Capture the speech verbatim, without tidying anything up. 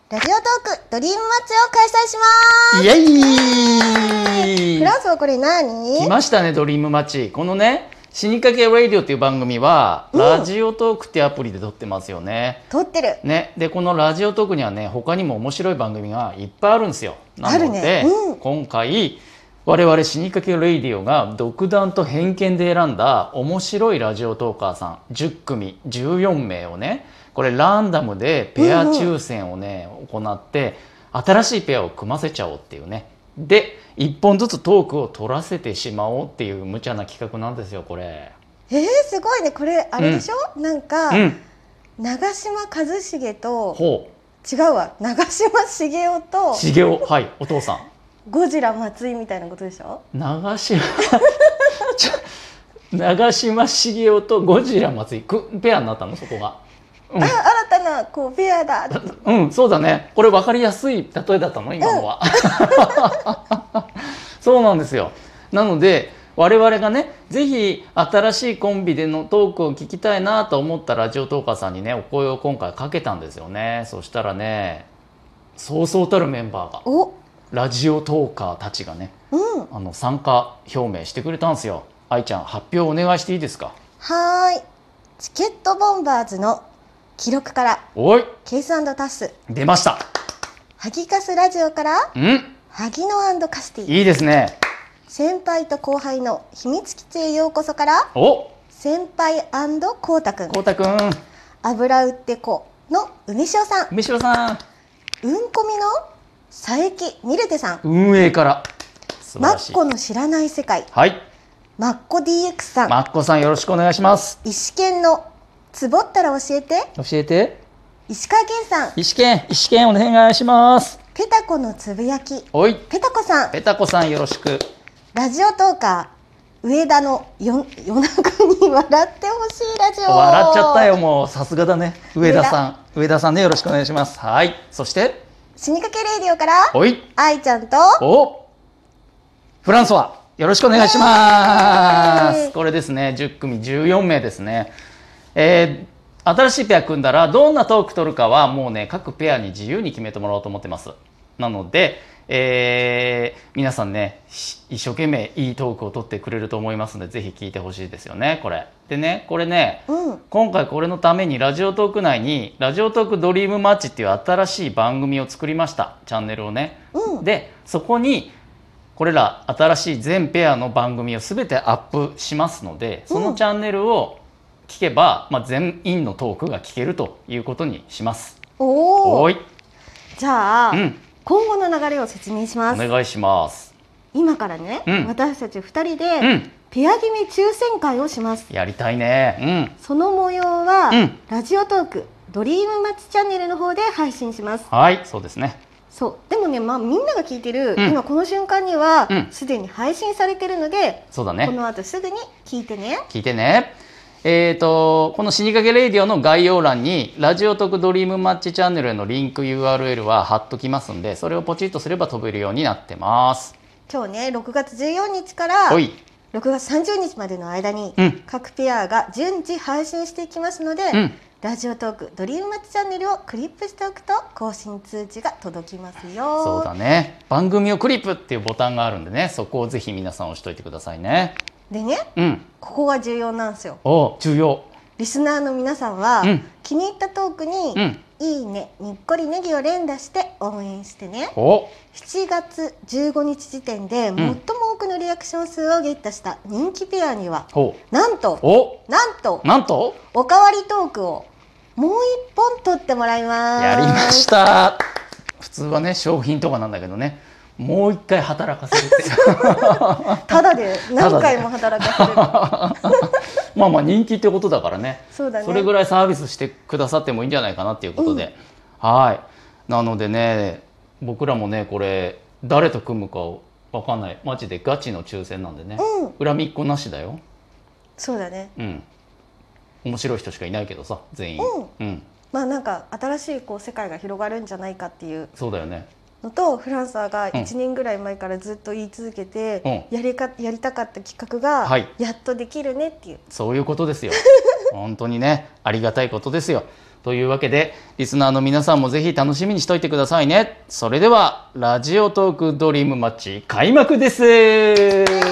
ラジオトークドリームマッチを開催します。 イエーイ。 フランスはこれ何？ 来ましたね、ドリームマッチ。このね、死にかけラディオっていう番組は、うん、ラジオトークっていうアプリで撮ってますよね。 撮ってる。 ね、でこのラジオトークにはね、他にも面白い番組がいっぱいあるんですよ。なので、 ねうん、 今回我々死にかけラディオが独断と偏見で選んだ面白いラジオトーカーさんじゅっくみじゅうよんめいをね、これランダムでペア抽選をね、うんうん、行って新しいペアを組ませちゃおうっていうね。でいっぽんずつトークを取らせてしまおうっていう無茶な企画なんですよこれ。 えー、すごいね。これあれでしょ、うん、なんか、うん、長嶋一茂とほう違うわ長嶋茂雄と茂雄はいお父さんゴジラ松井みたいなことでしょ。 長嶋長嶋茂雄とゴジラ松井ペアになったのそこが、 うん、あ新たなこうペアだうんそうだね。これ分かりやすい例えだったの今のは、うん、そうなんですよ。なので我々がねぜひ新しいコンビでのトークを聞きたいなと思ったラジオトーカーさんにねお声を今回かけたんですよね。そしたらねそうそうたるメンバーがおラジオトーカーたちがね、 うん、 あの参加表明してくれたんですよ。愛ちゃん発表お願いしていいですか。 はーい。チケットボンバーズの記録からおいケース&タス出ました。 ハギカスラジオからんハギノ&カスティいいですね。 先輩と後輩の秘密基地へようこそからお先輩&こうたくんこうたくん油売ってこの梅塩さん梅塩さんうんこみの佐伯ミルテさん運営から素晴マらしいッコの知らない世界はいマッコ ディーエックス さんマッコさんよろしくお願いします。 石健のつぼったら教えて教えて石川健さん石健石健お願いします。 ペタコのつぶやきおいペタコさんペタコさんよろしく。 ラジオトーカー上田のよ夜中に笑ってほしいラジオ笑っちゃったよもうさすがだね上田さん上田さんねよろしくお願いします。はいそして死にかけレイディオからおい愛ちゃんとおフランソワよろしくお願いします。これですねじゅっくみじゅうよんめいですね。えー、新しいペア組んだらどんなトーク取るかはもうね各ペアに自由に決めてもらおうと思ってます。なので、えー、皆さんね一生懸命いいトークを取ってくれると思いますのでぜひ聞いてほしいですよねこれでね。これね、 うん、 今回これのためにラジオトーク内にラジオトークドリームマッチっていう新しい番組を作りましたチャンネルをね、 うん、 でそこにこれら新しい全ペアの番組を全てアップしますのでそのチャンネルを聞けば、まあ、全員のトークが聞けるということにします。 おおいじゃあ、 うん今後の流れを説明します。 お願いします。 今からね、うん、私たちふたりで、うん、ペア決め抽選会をします。 やりたいね、 うん、その模様は、 うん、 ラジオトークドリームマッチチャンネルの方で配信します。 はいそうですね。 そうでもね、まあ、みんなが聞いてる、うん、今この瞬間にはすで、うん、に配信されてるのでそうだねこの後すぐに聞いてね聞いてね。えーとこの死にかけレイディオの概要欄にラジオトークドリームマッチチャンネルへのリンク ユーアールエル は貼っときますんでそれをポチッとすれば飛べるようになってます。 今日ねろくがつじゅうよっかからろくがつさんじゅうにちまでの間に、うん、各ペアが順次配信していきますので、うん、ラジオトークドリームマッチチャンネルをクリップしておくと更新通知が届きますよ。 そうだね番組をクリップっていうボタンがあるんでねそこをぜひ皆さん押しといてくださいね。 でね、うん、ここが重要なんですよ。 お重要。 リスナーの皆さんは、うん、気に入ったトークに、 うん、 いいねにっこりネギを連打して応援してね。 おしちがつじゅうごにち時点で最も多くのリアクション数をゲットした人気ペアには、うん、なんとおなんとなんとおかわりトークをもう一本取ってもらいます。 やりました。普通はね商品とかなんだけどねもう一回働かせるってただで何回も働かせるまあまあ人気ってことだからね。 そうだね。 それぐらいサービスしてくださってもいいんじゃないかなっていうことで、うん、はいなのでね僕らもねこれ誰と組むか分かんないマジでガチの抽選なんでね、うん、恨みっこなしだよ。 そうだね。 うん面白い人しかいないけどさ全員、 うんうん、まあなんか新しいこう世界が広がるんじゃないかっていうそうだよねのとフランサーがいちねんぐらい前からずっと言い続けて、うん、やりかやりたかった企画がやっとできるねっていう、はい、 そういうことですよ本当にねありがたいことですよ。 というわけでリスナーの皆さんもぜひ楽しみにしといてくださいね。それではラジオトークドリームマッチ開幕です。